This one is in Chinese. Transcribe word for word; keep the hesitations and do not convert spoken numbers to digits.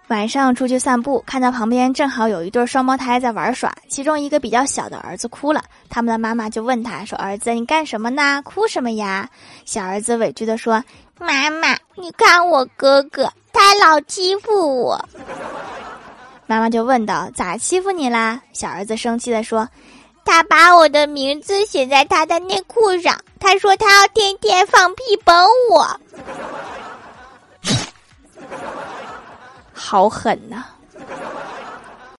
晚上出去散步，看到旁边正好有一对双胞胎在玩耍，其中一个比较小的儿子哭了，他们的妈妈就问他说：“儿子，你干什么呢？哭什么呀？”小儿子委屈地说：“妈妈，你看我哥哥，他老欺负我。”妈妈就问道：“咋欺负你啦？”小儿子生气地说：“他把我的名字写在他的内裤上，他说他要天天放屁本我。”好狠呐、啊！